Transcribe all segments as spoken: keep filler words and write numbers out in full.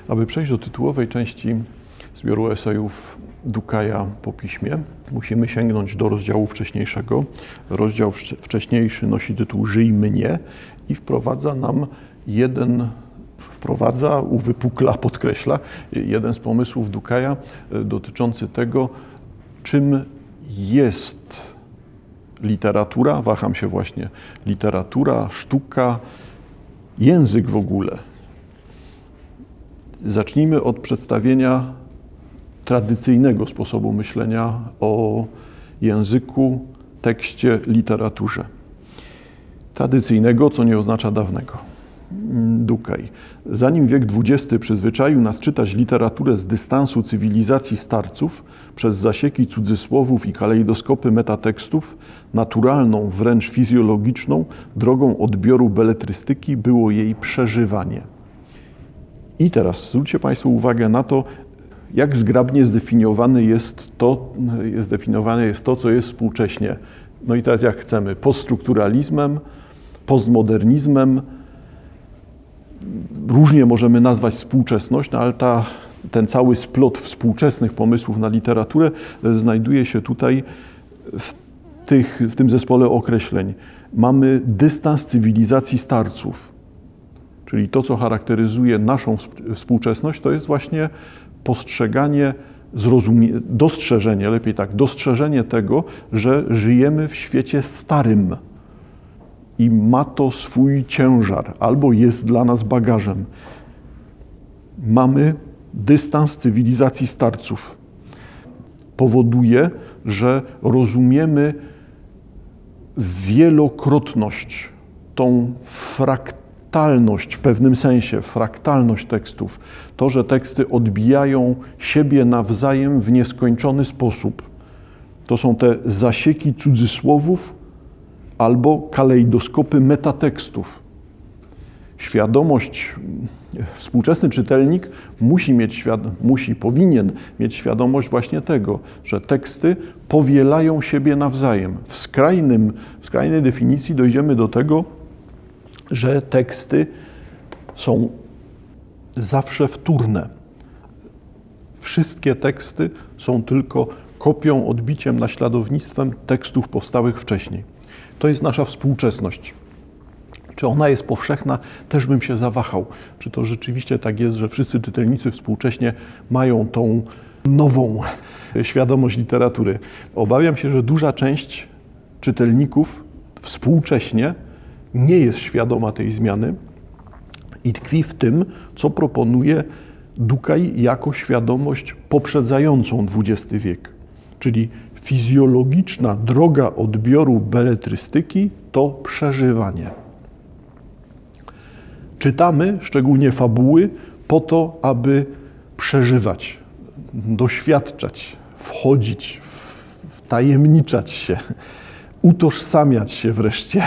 Aby przejść do tytułowej części zbioru esejów Dukaja po piśmie, musimy sięgnąć do rozdziału wcześniejszego. Rozdział wcześniejszy nosi tytuł Żyj mnie i wprowadza nam jeden, wprowadza, uwypukla, podkreśla, jeden z pomysłów Dukaja dotyczący tego, czym jest literatura, waham się właśnie, literatura, sztuka, język w ogóle. Zacznijmy od przedstawienia tradycyjnego sposobu myślenia o języku, tekście, literaturze. Tradycyjnego, co nie oznacza dawnego. Dukaj. Zanim wiek dwudziesty przyzwyczaił nas czytać literaturę z dystansu cywilizacji starców, przez zasieki cudzysłowów i kalejdoskopy metatekstów, naturalną, wręcz fizjologiczną drogą odbioru beletrystyki było jej przeżywanie. I teraz zwróćcie Państwo uwagę na to, jak zgrabnie zdefiniowane jest to, zdefiniowane jest to, co jest współcześnie. No i teraz jak chcemy, poststrukturalizmem, postmodernizmem, różnie możemy nazwać współczesność, no ale ta, ten cały splot współczesnych pomysłów na literaturę znajduje się tutaj w, tych, w tym zespole określeń. Mamy dystans cywilizacji starców, czyli to, co charakteryzuje naszą współczesność, to jest właśnie postrzeganie, zrozumie, dostrzeżenie, lepiej tak, dostrzeżenie tego, że żyjemy w świecie starym i ma to swój ciężar, albo jest dla nas bagażem. Mamy dystans cywilizacji starców. Powoduje, że rozumiemy wielokrotność, tą fraktalność w pewnym sensie, fraktalność tekstów. To, że teksty odbijają siebie nawzajem w nieskończony sposób. To są te zasieki cudzysłowów albo kalejdoskopy metatekstów. Świadomość, współczesny czytelnik musi mieć, świad- musi, powinien mieć świadomość właśnie tego, że teksty powielają siebie nawzajem. W skrajnym, w skrajnej definicji dojdziemy do tego, że teksty są zawsze wtórne. Wszystkie teksty są tylko kopią, odbiciem, naśladownictwem tekstów powstałych wcześniej. To jest nasza współczesność. Czy ona jest powszechna? Też bym się zawahał. Czy to rzeczywiście tak jest, że wszyscy czytelnicy współcześnie mają tą nową świadomość literatury? Obawiam się, że duża część czytelników współcześnie nie jest świadoma tej zmiany i tkwi w tym, co proponuje Dukaj jako świadomość poprzedzającą dwudziesty wiek. Czyli fizjologiczna droga odbioru beletrystyki to przeżywanie. Czytamy, szczególnie fabuły, po to, aby przeżywać, doświadczać, wchodzić, wtajemniczać się, utożsamiać się wreszcie.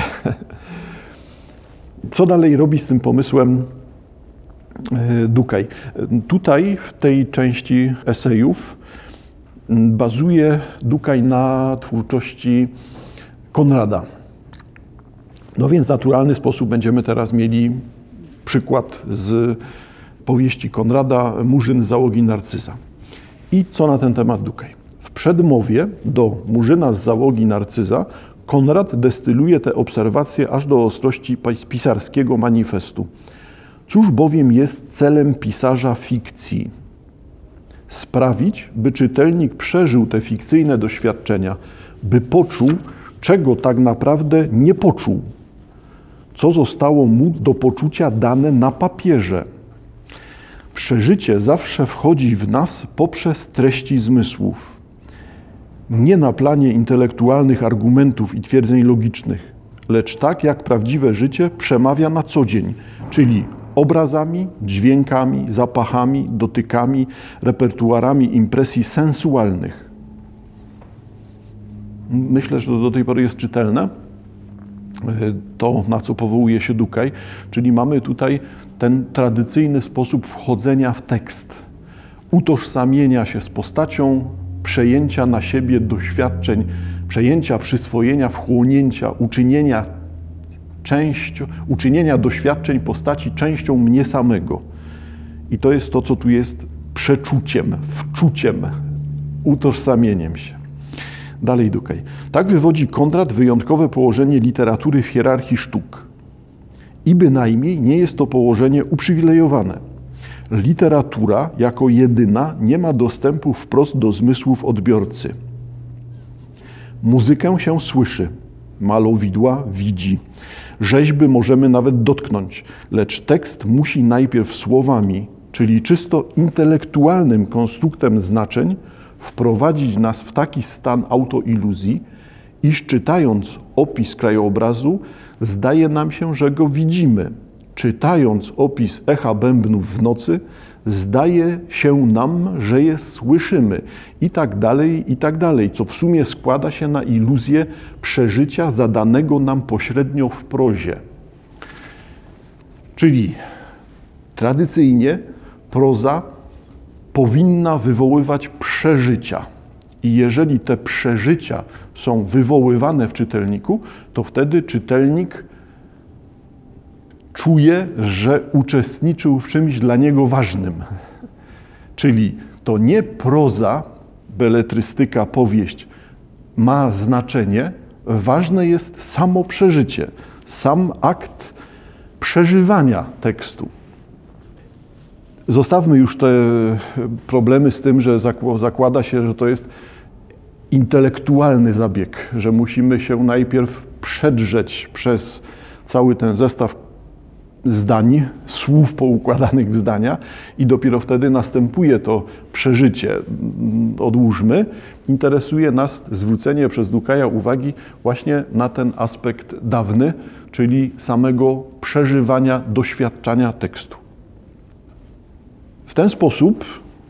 Co dalej robi z tym pomysłem Dukaj? Tutaj, w tej części esejów, bazuje Dukaj na twórczości Konrada. No więc w naturalny sposób będziemy teraz mieli przykład z powieści Konrada Murzyn z załogi Narcyza. I co na ten temat Dukaj? W przedmowie do Murzyna z załogi Narcyza Konrad destyluje te obserwacje aż do ostrości pisarskiego manifestu. Cóż bowiem jest celem pisarza fikcji? Sprawić, by czytelnik przeżył te fikcyjne doświadczenia, by poczuł, czego tak naprawdę nie poczuł, co zostało mu do poczucia dane na papierze. Przeżycie zawsze wchodzi w nas poprzez treści zmysłów, nie na planie intelektualnych argumentów i twierdzeń logicznych, lecz tak jak prawdziwe życie przemawia na co dzień, czyli obrazami, dźwiękami, zapachami, dotykami, repertuarami impresji sensualnych. Myślę, że to do tej pory jest czytelne, to na co powołuje się Dukaj, czyli mamy tutaj ten tradycyjny sposób wchodzenia w tekst, utożsamienia się z postacią, przejęcia na siebie doświadczeń, przejęcia, przyswojenia, wchłonięcia, uczynienia częścią, uczynienia doświadczeń postaci częścią mnie samego. I to jest to, co tu jest przeczuciem, wczuciem, utożsamieniem się. Dalej Dukaj. Tak wywodzi Kondrat wyjątkowe położenie literatury w hierarchii sztuk. I bynajmniej nie jest to położenie uprzywilejowane. Literatura jako jedyna nie ma dostępu wprost do zmysłów odbiorcy. Muzykę się słyszy, malowidła widzi, rzeźby możemy nawet dotknąć, lecz tekst musi najpierw słowami, czyli czysto intelektualnym konstruktem znaczeń, wprowadzić nas w taki stan autoiluzji, iż czytając opis krajobrazu, zdaje nam się, że go widzimy. Czytając opis echa bębnów w nocy, zdaje się nam, że je słyszymy. I tak dalej, i tak dalej, co w sumie składa się na iluzję przeżycia zadanego nam pośrednio w prozie. Czyli tradycyjnie proza powinna wywoływać przeżycia. I jeżeli te przeżycia są wywoływane w czytelniku, to wtedy czytelnik czuje, że uczestniczył w czymś dla niego ważnym. Czyli to nie proza, beletrystyka, powieść ma znaczenie, ważne jest samo przeżycie, sam akt przeżywania tekstu. Zostawmy już te problemy z tym, że zakłada się, że to jest intelektualny zabieg, że musimy się najpierw przedrzeć przez cały ten zestaw zdań, słów poukładanych w zdania i dopiero wtedy następuje to przeżycie. Odłóżmy. Interesuje nas zwrócenie przez Dukaja uwagi właśnie na ten aspekt dawny, czyli samego przeżywania, doświadczania tekstu. W ten sposób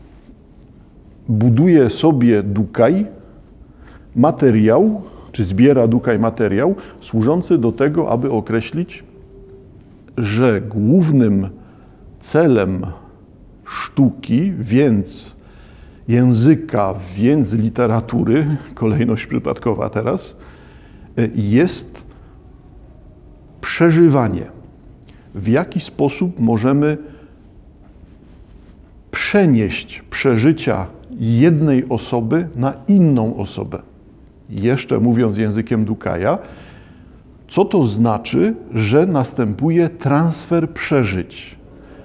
buduje sobie Dukaj materiał, czy zbiera Dukaj materiał służący do tego, aby określić, że głównym celem sztuki, więc języka, więc literatury, kolejność przypadkowa teraz, jest przeżywanie. W jaki sposób możemy przenieść przeżycia jednej osoby na inną osobę. Jeszcze mówiąc językiem Dukaja, co to znaczy, że następuje transfer przeżyć?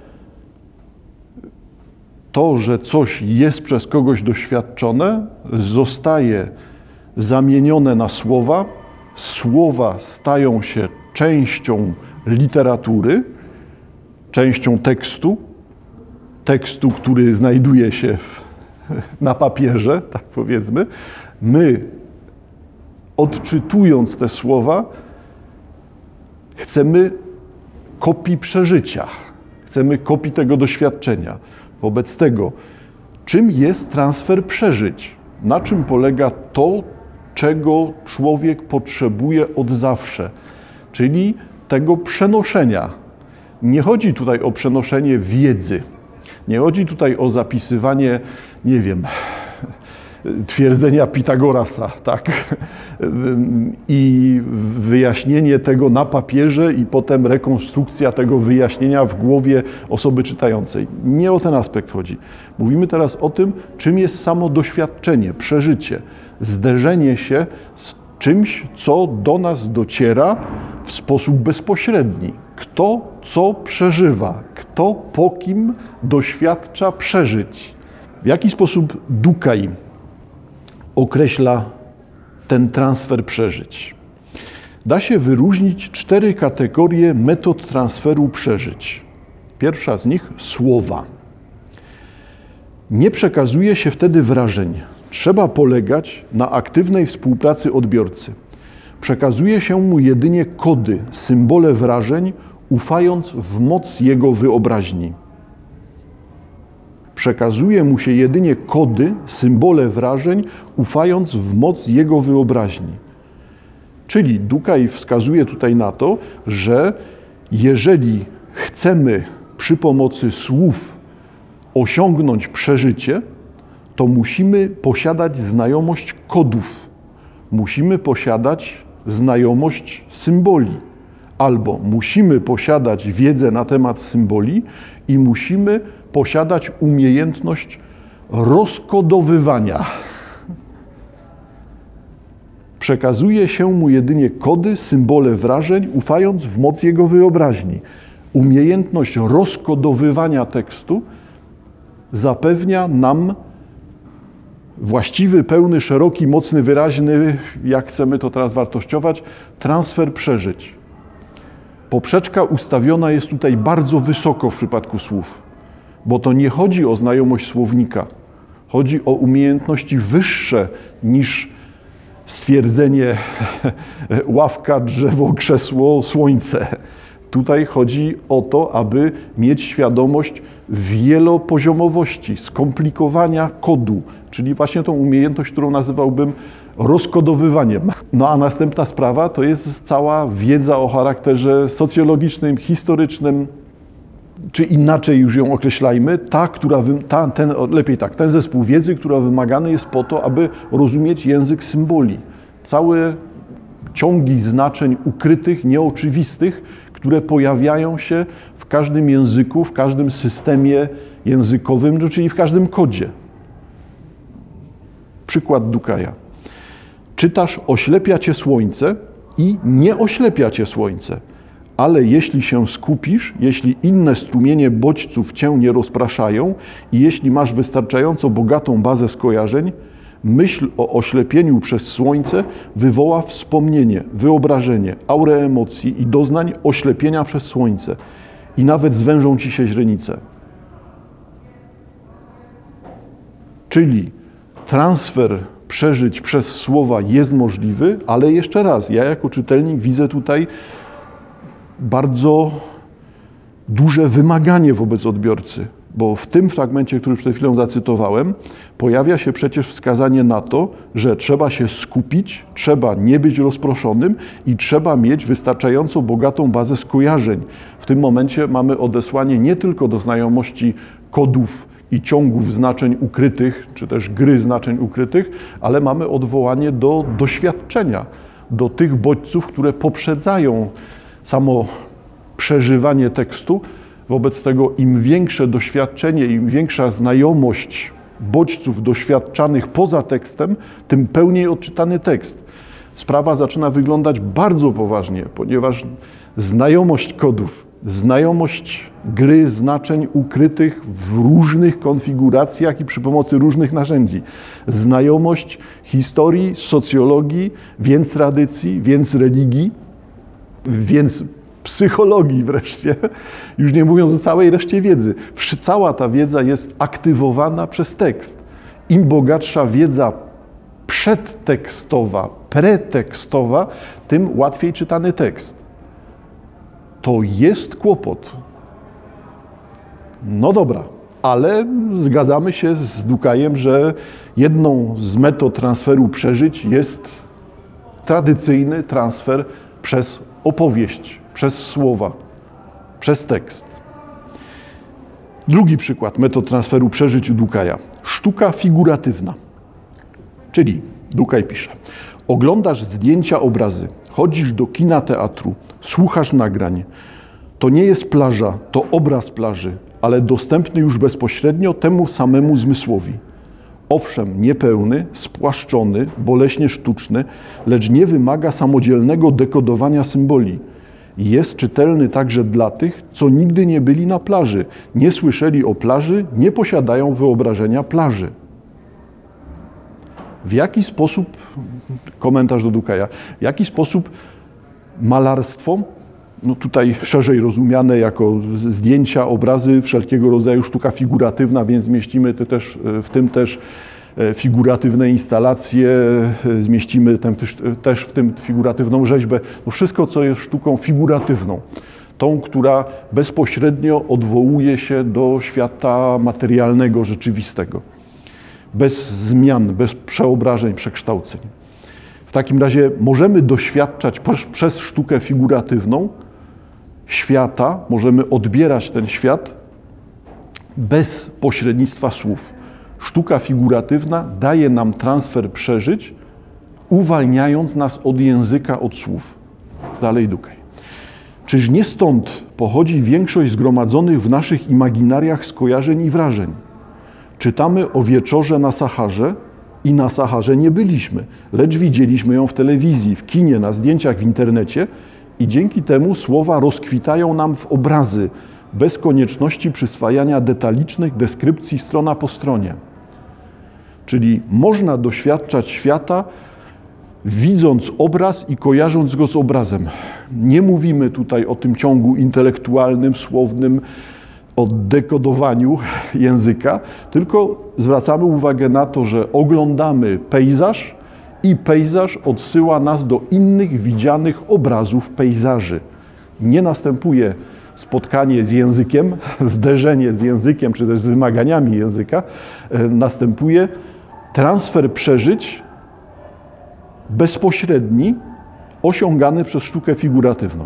To, że coś jest przez kogoś doświadczone, zostaje zamienione na słowa, słowa stają się częścią literatury, częścią tekstu, tekstu, który znajduje się w, na papierze, tak powiedzmy. My, odczytując te słowa, chcemy kopii przeżycia, chcemy kopii tego doświadczenia. Wobec tego, czym jest transfer przeżyć? Na czym polega to, czego człowiek potrzebuje od zawsze? Czyli tego przenoszenia. Nie chodzi tutaj o przenoszenie wiedzy. Nie chodzi tutaj o zapisywanie, nie wiem, twierdzenia Pitagorasa, tak? I wyjaśnienie tego na papierze i potem rekonstrukcja tego wyjaśnienia w głowie osoby czytającej. Nie o ten aspekt chodzi. Mówimy teraz o tym, czym jest samo doświadczenie, przeżycie, zderzenie się z czymś, co do nas dociera w sposób bezpośredni. Kto co przeżywa, kto po kim doświadcza przeżyć. W jaki sposób Dukaj określa ten transfer przeżyć? Da się wyróżnić cztery kategorie metod transferu przeżyć. Pierwsza z nich słowa. Nie przekazuje się wtedy wrażeń. Trzeba polegać na aktywnej współpracy odbiorcy. Przekazuje się mu jedynie kody, symbole wrażeń, ufając w moc jego wyobraźni. Przekazuje mu się jedynie kody, symbole wrażeń, ufając w moc jego wyobraźni. Czyli Dukaj wskazuje tutaj na to, że jeżeli chcemy przy pomocy słów osiągnąć przeżycie, to musimy posiadać znajomość kodów, musimy posiadać znajomość symboli, Albo musimy posiadać wiedzę na temat symboli i musimy posiadać umiejętność rozkodowywania. Przekazuje się mu jedynie kody, symbole wrażeń, ufając w moc jego wyobraźni. Umiejętność rozkodowywania tekstu zapewnia nam właściwy, pełny, szeroki, mocny, wyraźny, jak chcemy to teraz wartościować, transfer przeżyć. Poprzeczka ustawiona jest tutaj bardzo wysoko w przypadku słów, bo to nie chodzi o znajomość słownika. Chodzi o umiejętności wyższe niż stwierdzenie ławka, drzewo, krzesło, słońce. Tutaj chodzi o to, aby mieć świadomość wielopoziomowości, skomplikowania kodu, czyli właśnie tą umiejętność, którą nazywałbym rozkodowywaniem. No a następna sprawa to jest cała wiedza o charakterze socjologicznym, historycznym, czy inaczej już ją określajmy, ta, która, ta, ten, lepiej tak, ten zespół wiedzy, która wymagany jest po to, aby rozumieć język symboli. Całe ciągi znaczeń ukrytych, nieoczywistych, które pojawiają się w każdym języku, w każdym systemie językowym, czyli w każdym kodzie. Przykład Dukaja. Czytasz, oślepia cię słońce i nie oślepia cię słońce. Ale jeśli się skupisz, jeśli inne strumienie bodźców cię nie rozpraszają i jeśli masz wystarczająco bogatą bazę skojarzeń, myśl o oślepieniu przez słońce wywoła wspomnienie, wyobrażenie, aurę emocji i doznań oślepienia przez słońce i nawet zwężą ci się źrenice. Czyli transfer przeżyć przez słowa jest możliwy, ale jeszcze raz, ja jako czytelnik widzę tutaj bardzo duże wymaganie wobec odbiorcy, bo w tym fragmencie, który przed chwilą zacytowałem, pojawia się przecież wskazanie na to, że trzeba się skupić, trzeba nie być rozproszonym i trzeba mieć wystarczająco bogatą bazę skojarzeń. W tym momencie mamy odesłanie nie tylko do znajomości kodów i ciągów znaczeń ukrytych, czy też gry znaczeń ukrytych, ale mamy odwołanie do doświadczenia, do tych bodźców, które poprzedzają samo przeżywanie tekstu. Wobec tego im większe doświadczenie, im większa znajomość bodźców doświadczanych poza tekstem, tym pełniej odczytany tekst. Sprawa zaczyna wyglądać bardzo poważnie, ponieważ znajomość kodów, znajomość gry znaczeń ukrytych w różnych konfiguracjach i przy pomocy różnych narzędzi, znajomość historii, socjologii, więc tradycji, więc religii, więc psychologii wreszcie, już nie mówiąc o całej reszcie wiedzy. Cała ta wiedza jest aktywowana przez tekst. Im bogatsza wiedza przedtekstowa, pretekstowa, tym łatwiej czytany tekst. To jest kłopot. No dobra, ale zgadzamy się z Dukajem, że jedną z metod transferu przeżyć jest tradycyjny transfer przez opowieść, przez słowa, przez tekst. Drugi przykład metod transferu przeżyć u Dukaja. Sztuka figuratywna. Czyli Dukaj pisze: oglądasz zdjęcia, obrazy, chodzisz do kina, teatru, słuchasz nagrań. To nie jest plaża, to obraz plaży, ale dostępny już bezpośrednio temu samemu zmysłowi. Owszem, niepełny, spłaszczony, boleśnie sztuczny, lecz nie wymaga samodzielnego dekodowania symboli. Jest czytelny także dla tych, co nigdy nie byli na plaży, nie słyszeli o plaży, nie posiadają wyobrażenia plaży. W jaki sposób, komentarz do Dukaja, w jaki sposób malarstwo, no tutaj szerzej rozumiane jako zdjęcia, obrazy, wszelkiego rodzaju sztuka figuratywna, więc zmieścimy te też, w tym też figuratywne instalacje, zmieścimy tam też, też w tym figuratywną rzeźbę. No wszystko, co jest sztuką figuratywną, tą, która bezpośrednio odwołuje się do świata materialnego, rzeczywistego. Bez zmian, bez przeobrażeń, przekształceń. W takim razie możemy doświadczać przez sztukę figuratywną świata, możemy odbierać ten świat bez pośrednictwa słów. Sztuka figuratywna daje nam transfer przeżyć, uwalniając nas od języka, od słów. Dalej Dukaj. Czyż nie stąd pochodzi większość zgromadzonych w naszych imaginariach skojarzeń i wrażeń? Czytamy o wieczorze na Saharze i na Saharze nie byliśmy, lecz widzieliśmy ją w telewizji, w kinie, na zdjęciach w internecie i dzięki temu słowa rozkwitają nam w obrazy, bez konieczności przyswajania detalicznych deskrypcji strona po stronie. Czyli można doświadczać świata, widząc obraz i kojarząc go z obrazem. Nie mówimy tutaj o tym ciągu intelektualnym, słownym, o dekodowaniu języka, tylko zwracamy uwagę na to, że oglądamy pejzaż i pejzaż odsyła nas do innych widzianych obrazów pejzaży. Nie następuje spotkanie z językiem, zderzenie z językiem, czy też z wymaganiami języka, następuje transfer przeżyć bezpośredni, osiągany przez sztukę figuratywną.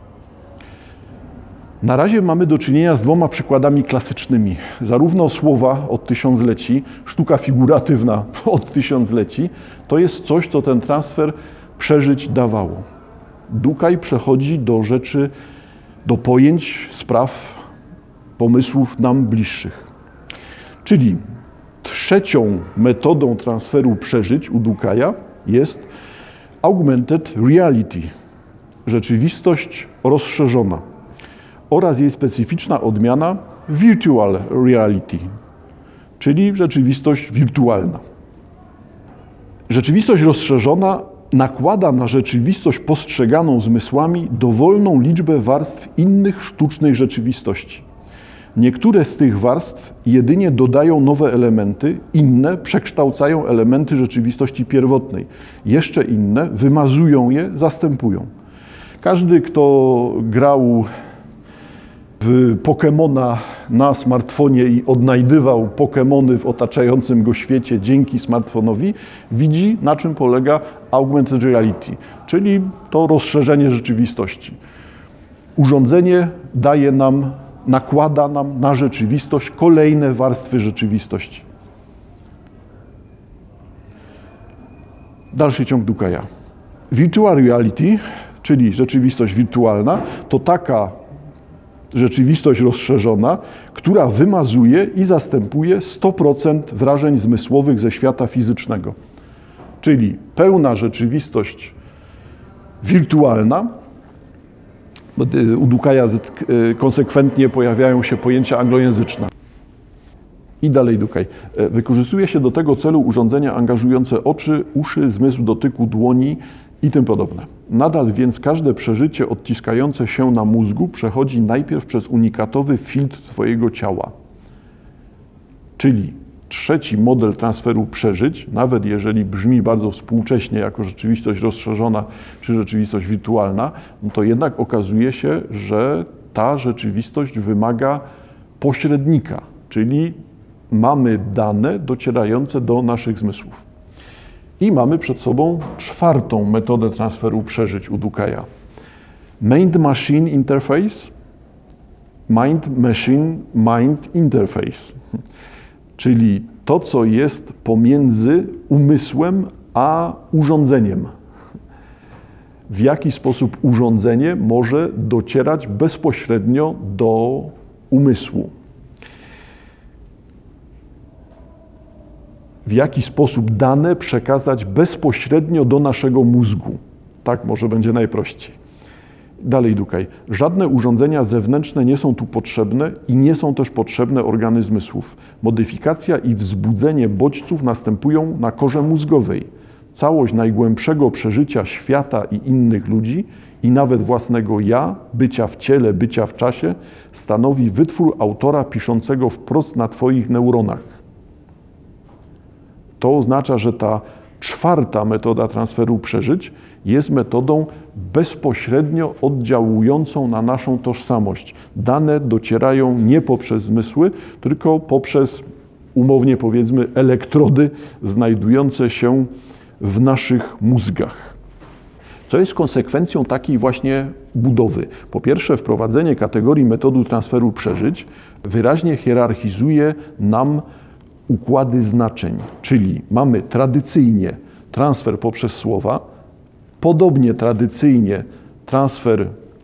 Na razie mamy do czynienia z dwoma przykładami klasycznymi. Zarówno słowa od tysiącleci, sztuka figuratywna od tysiącleci, to jest coś, co ten transfer przeżyć dawało. Dukaj przechodzi do rzeczy, do pojęć, spraw, pomysłów nam bliższych. Czyli trzecią metodą transferu przeżyć u Dukaja jest augmented reality, rzeczywistość rozszerzona, oraz jej specyficzna odmiana virtual reality, czyli rzeczywistość wirtualna. Rzeczywistość rozszerzona nakłada na rzeczywistość postrzeganą zmysłami dowolną liczbę warstw innych sztucznej rzeczywistości. Niektóre z tych warstw jedynie dodają nowe elementy, inne przekształcają elementy rzeczywistości pierwotnej. Jeszcze inne wymazują je, zastępują. Każdy, kto grał w Pokemona na smartfonie i odnajdywał Pokemony w otaczającym go świecie dzięki smartfonowi, widzi, na czym polega augmented reality, czyli to rozszerzenie rzeczywistości. Urządzenie daje nam, nakłada nam na rzeczywistość kolejne warstwy rzeczywistości. Dalszy ciąg Dukaja. Virtual reality, czyli rzeczywistość wirtualna, to taka rzeczywistość rozszerzona, która wymazuje i zastępuje sto procent wrażeń zmysłowych ze świata fizycznego. Czyli pełna rzeczywistość wirtualna. U Dukaja konsekwentnie pojawiają się pojęcia anglojęzyczne. I dalej Dukaj. Wykorzystuje się do tego celu urządzenia angażujące oczy, uszy, zmysł dotyku, dłoni i tym podobne. Nadal więc każde przeżycie odciskające się na mózgu przechodzi najpierw przez unikatowy filtr Twojego ciała. Czyli trzeci model transferu przeżyć, nawet jeżeli brzmi bardzo współcześnie jako rzeczywistość rozszerzona czy rzeczywistość wirtualna, no to jednak okazuje się, że ta rzeczywistość wymaga pośrednika, czyli mamy dane docierające do naszych zmysłów. I mamy przed sobą czwartą metodę transferu przeżyć u Dukaja. Mind-Machine Interface, Mind-Machine-Mind Interface, czyli to, co jest pomiędzy umysłem a urządzeniem. W jaki sposób urządzenie może docierać bezpośrednio do umysłu. W jaki sposób dane przekazać bezpośrednio do naszego mózgu. Tak może będzie najprościej. Dalej Dukaj. Żadne urządzenia zewnętrzne nie są tu potrzebne i nie są też potrzebne organy zmysłów. Modyfikacja i wzbudzenie bodźców następują na korze mózgowej. Całość najgłębszego przeżycia świata i innych ludzi i nawet własnego ja, bycia w ciele, bycia w czasie, stanowi wytwór autora piszącego wprost na Twoich neuronach. To oznacza, że ta czwarta metoda transferu przeżyć jest metodą bezpośrednio oddziałującą na naszą tożsamość. Dane docierają nie poprzez zmysły, tylko poprzez, umownie powiedzmy, elektrody znajdujące się w naszych mózgach. Co jest konsekwencją takiej właśnie budowy? Po pierwsze, wprowadzenie kategorii metodu transferu przeżyć wyraźnie hierarchizuje nam układy znaczeń, czyli mamy tradycyjnie transfer poprzez słowa, podobnie tradycyjnie transfer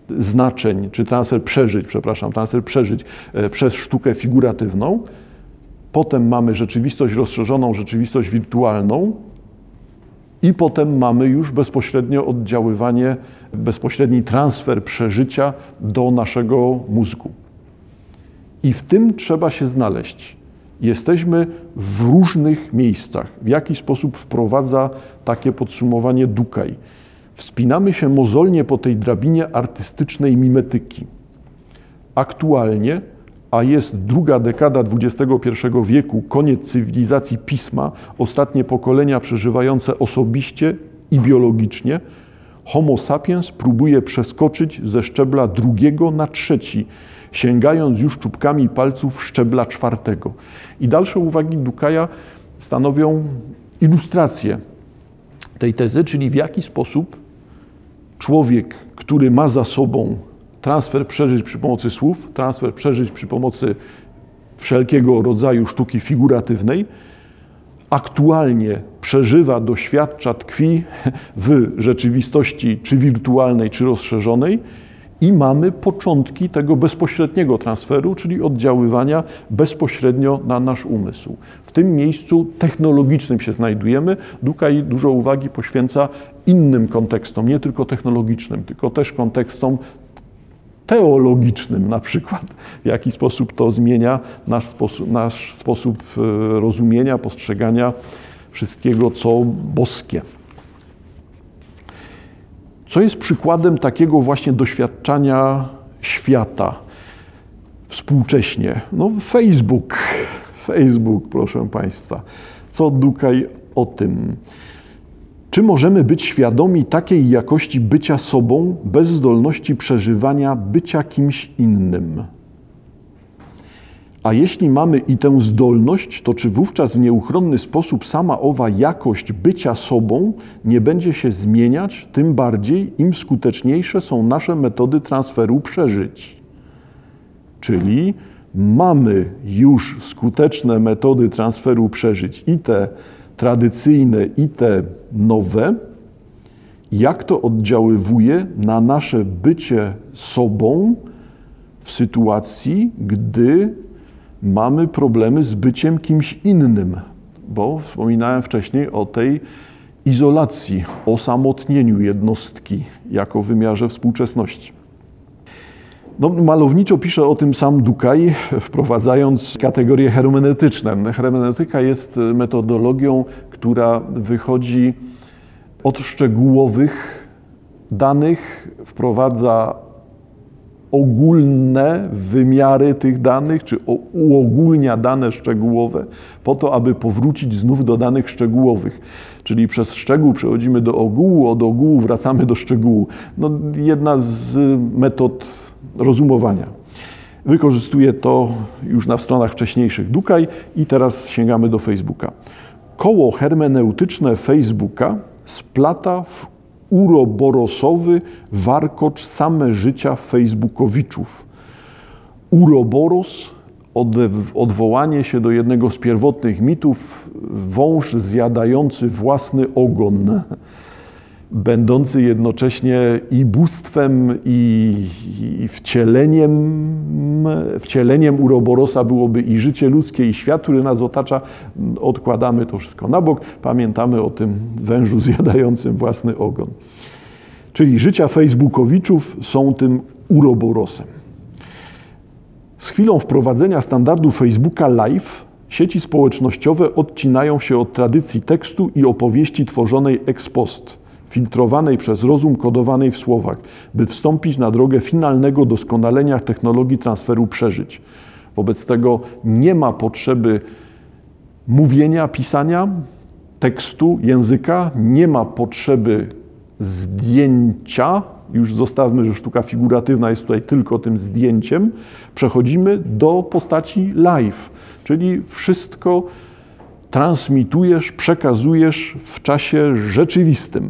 znaczeń, czy transfer przeżyć, przepraszam, transfer przeżyć przez sztukę figuratywną. Potem mamy rzeczywistość rozszerzoną, rzeczywistość wirtualną i potem mamy już bezpośrednio oddziaływanie, bezpośredni transfer przeżycia do naszego mózgu. I w tym trzeba się znaleźć. Jesteśmy w różnych miejscach. W jaki sposób wprowadza takie podsumowanie Dukaj? Wspinamy się mozolnie po tej drabinie artystycznej mimetyki. Aktualnie, a jest druga dekada dwudziestego pierwszego wieku, koniec cywilizacji pisma, ostatnie pokolenia przeżywające osobiście i biologicznie, Homo sapiens próbuje przeskoczyć ze szczebla drugiego na trzeci, sięgając już czubkami palców szczebla czwartego. I dalsze uwagi Dukaja stanowią ilustrację tej tezy, czyli w jaki sposób człowiek, który ma za sobą transfer przeżyć przy pomocy słów, transfer przeżyć przy pomocy wszelkiego rodzaju sztuki figuratywnej, aktualnie przeżywa, doświadcza, tkwi w rzeczywistości czy wirtualnej, czy rozszerzonej i mamy początki tego bezpośredniego transferu, czyli oddziaływania bezpośrednio na nasz umysł. W tym miejscu technologicznym się znajdujemy. Dukaj dużo uwagi poświęca innym kontekstom, nie tylko technologicznym, tylko też kontekstom teologicznym na przykład, w jaki sposób to zmienia nasz sposób, nasz sposób rozumienia, postrzegania wszystkiego, co boskie. Co jest przykładem takiego właśnie doświadczania świata współcześnie? No Facebook, Facebook, proszę Państwa. Co Dukaj o tym? Czy możemy być świadomi takiej jakości bycia sobą bez zdolności przeżywania bycia kimś innym? A jeśli mamy i tę zdolność, to czy wówczas w nieuchronny sposób sama owa jakość bycia sobą nie będzie się zmieniać, tym bardziej im skuteczniejsze są nasze metody transferu przeżyć? Czyli mamy już skuteczne metody transferu przeżyć, i te tradycyjne, i te nowe. Jak to oddziaływuje na nasze bycie sobą w sytuacji, gdy mamy problemy z byciem kimś innym? Bo wspominałem wcześniej o tej izolacji, osamotnieniu jednostki jako wymiarze współczesności. No, malowniczo pisze o tym sam Dukaj, wprowadzając kategorie hermeneutyczne. Hermeneutyka jest metodologią, która wychodzi od szczegółowych danych, wprowadza ogólne wymiary tych danych, czy uogólnia dane szczegółowe, po to, aby powrócić znów do danych szczegółowych. Czyli przez szczegół przechodzimy do ogółu, od ogółu wracamy do szczegółu. No, jedna z metod rozumowania. Wykorzystuje to już na stronach wcześniejszych Dukaj i teraz sięgamy do Facebooka. Koło hermeneutyczne Facebooka splata w uroborosowy warkocz same życia facebookowiczów. Uroboros, odwołanie się do jednego z pierwotnych mitów, wąż zjadający własny ogon, będący jednocześnie i bóstwem, i, i wcieleniem, wcieleniem uroborosa byłoby i życie ludzkie, i świat, który nas otacza. Odkładamy to wszystko na bok, pamiętamy o tym wężu zjadającym własny ogon. Czyli życia facebookowiczów są tym uroborosem. Z chwilą wprowadzenia standardu Facebooka Live sieci społecznościowe odcinają się od tradycji tekstu i opowieści tworzonej ex post, filtrowanej przez rozum, kodowanej w słowach, by wstąpić na drogę finalnego doskonalenia technologii transferu przeżyć. Wobec tego nie ma potrzeby mówienia, pisania, tekstu, języka, nie ma potrzeby zdjęcia. Już zostawmy, że sztuka figuratywna jest tutaj tylko tym zdjęciem. Przechodzimy do postaci live, czyli wszystko transmitujesz, przekazujesz w czasie rzeczywistym.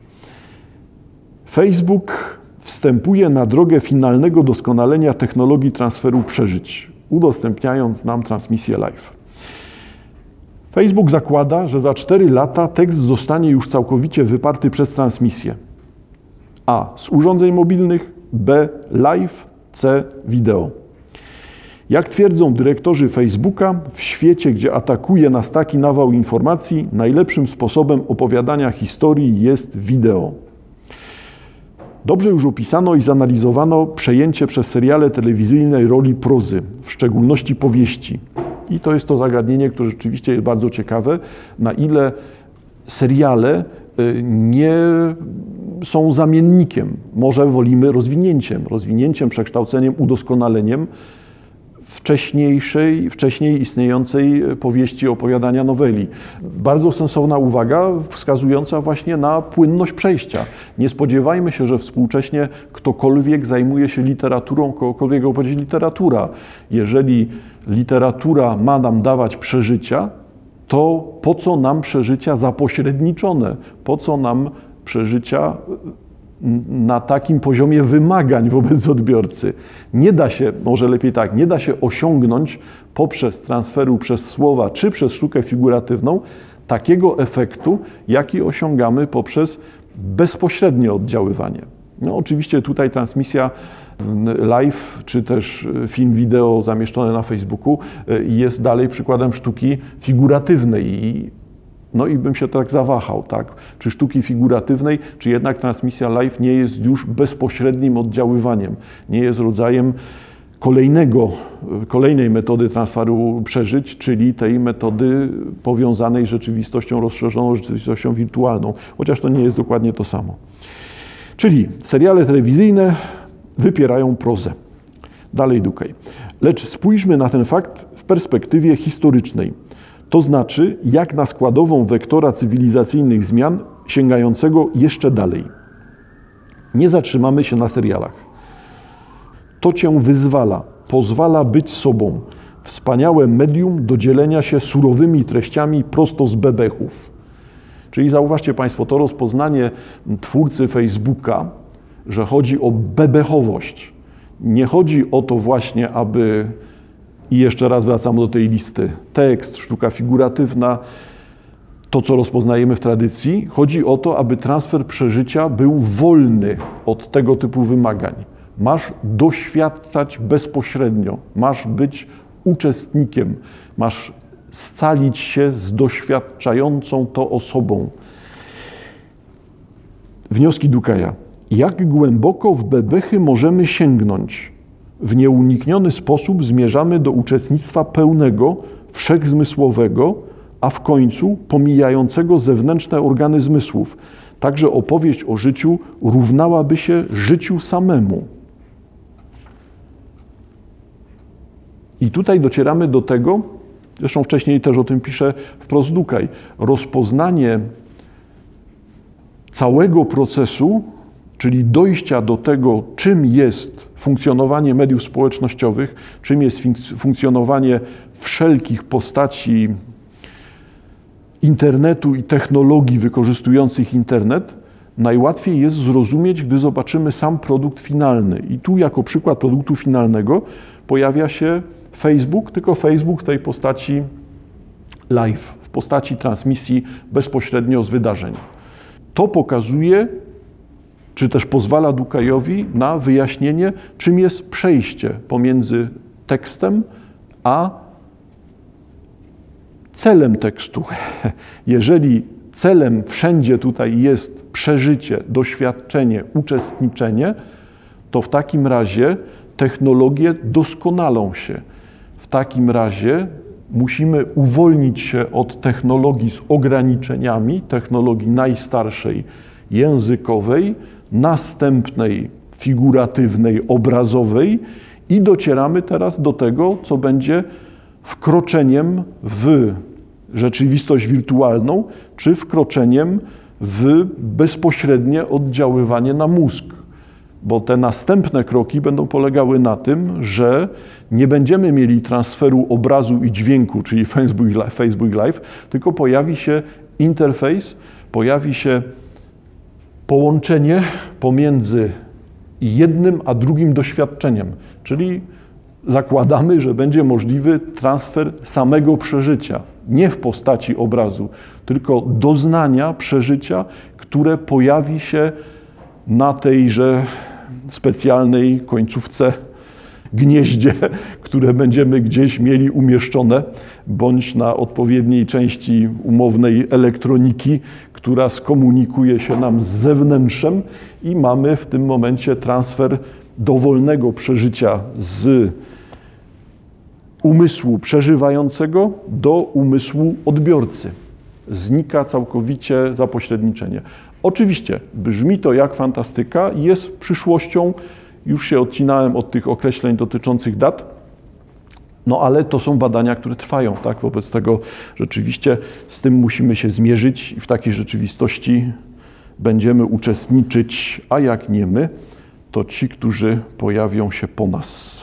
Facebook wstępuje na drogę finalnego doskonalenia technologii transferu przeżyć, udostępniając nam transmisję live. Facebook zakłada, że za cztery lata tekst zostanie już całkowicie wyparty przez transmisję. A z urządzeń mobilnych, B. Live, C. Wideo. Jak twierdzą dyrektorzy Facebooka, w świecie, gdzie atakuje nas taki nawał informacji, najlepszym sposobem opowiadania historii jest wideo. Dobrze już opisano i zanalizowano przejęcie przez seriale telewizyjne roli prozy, w szczególności powieści. I to jest to zagadnienie, które rzeczywiście jest bardzo ciekawe, na ile seriale nie są zamiennikiem, może wolimy rozwinięciem, rozwinięciem, przekształceniem, udoskonaleniem wcześniejszej, wcześniej istniejącej powieści, opowiadania, noweli. Bardzo sensowna uwaga, wskazująca właśnie na płynność przejścia. Nie spodziewajmy się, że współcześnie ktokolwiek zajmuje się literaturą, kogokolwiek opowiedzieć literatura. Jeżeli literatura ma nam dawać przeżycia, to po co nam przeżycia zapośredniczone? Po co nam przeżycia na takim poziomie wymagań wobec odbiorcy? Nie da się, może lepiej tak, nie da się osiągnąć poprzez transferu przez słowa czy przez sztukę figuratywną takiego efektu, jaki osiągamy poprzez bezpośrednie oddziaływanie. No, oczywiście tutaj transmisja live, czy też film wideo zamieszczone na Facebooku jest dalej przykładem sztuki figuratywnej. I, no i bym się tak zawahał, tak? Czy sztuki figuratywnej, czy jednak transmisja live nie jest już bezpośrednim oddziaływaniem, nie jest rodzajem kolejnego, kolejnej metody transferu przeżyć, czyli tej metody powiązanej z rzeczywistością rozszerzoną, rzeczywistością wirtualną, chociaż to nie jest dokładnie to samo. Czyli seriale telewizyjne wypierają prozę. Dalej Dukaj. Lecz spójrzmy na ten fakt w perspektywie historycznej. To znaczy, jak na składową wektora cywilizacyjnych zmian sięgającego jeszcze dalej. Nie zatrzymamy się na serialach. To cię wyzwala, pozwala być sobą. Wspaniałe medium do dzielenia się surowymi treściami prosto z bebechów. Czyli zauważcie Państwo, to rozpoznanie twórcy Facebooka, że chodzi o bebechowość. Nie chodzi o to właśnie, aby, i jeszcze raz wracam do tej listy, tekst, sztuka figuratywna, to co rozpoznajemy w tradycji. Chodzi o to, aby transfer przeżycia był wolny od tego typu wymagań. Masz doświadczać bezpośrednio, masz być uczestnikiem, masz scalić się z doświadczającą to osobą. Wnioski Dukaja. Jak głęboko w bebechy możemy sięgnąć? W nieunikniony sposób zmierzamy do uczestnictwa pełnego, wszechzmysłowego, a w końcu pomijającego zewnętrzne organy zmysłów. Także opowieść o życiu równałaby się życiu samemu. I tutaj docieramy do tego, zresztą wcześniej też o tym pisze wprost Dukaj, rozpoznanie całego procesu, czyli dojścia do tego, czym jest funkcjonowanie mediów społecznościowych, czym jest funkcjonowanie wszelkich postaci internetu i technologii wykorzystujących internet, najłatwiej jest zrozumieć, gdy zobaczymy sam produkt finalny. I tu jako przykład produktu finalnego pojawia się Facebook, tylko Facebook w tej postaci live, w postaci transmisji bezpośrednio z wydarzeń. To pokazuje, czy też pozwala Dukajowi na wyjaśnienie, czym jest przejście pomiędzy tekstem a celem tekstu. Jeżeli celem wszędzie tutaj jest przeżycie, doświadczenie, uczestniczenie, to w takim razie technologie doskonalą się. W takim razie musimy uwolnić się od technologii z ograniczeniami, technologii najstarszej, językowej, następnej, figuratywnej, obrazowej i docieramy teraz do tego, co będzie wkroczeniem w rzeczywistość wirtualną, czy wkroczeniem w bezpośrednie oddziaływanie na mózg. Bo te następne kroki będą polegały na tym, że nie będziemy mieli transferu obrazu i dźwięku, czyli Facebook Live, Facebook Live, tylko pojawi się interfejs, pojawi się połączenie pomiędzy jednym a drugim doświadczeniem, czyli zakładamy, że będzie możliwy transfer samego przeżycia, nie w postaci obrazu, tylko doznania przeżycia, które pojawi się na tejże specjalnej końcówce, gnieździe, które będziemy gdzieś mieli umieszczone, bądź na odpowiedniej części umownej elektroniki, która skomunikuje się nam z zewnętrzem i mamy w tym momencie transfer dowolnego przeżycia z umysłu przeżywającego do umysłu odbiorcy. Znika całkowicie zapośredniczenie. Oczywiście brzmi to jak fantastyka, jest przyszłością. Już się odcinałem od tych określeń dotyczących dat, no ale to są badania, które trwają, tak? Wobec tego rzeczywiście z tym musimy się zmierzyć i w takiej rzeczywistości będziemy uczestniczyć, a jak nie my, to ci, którzy pojawią się po nas.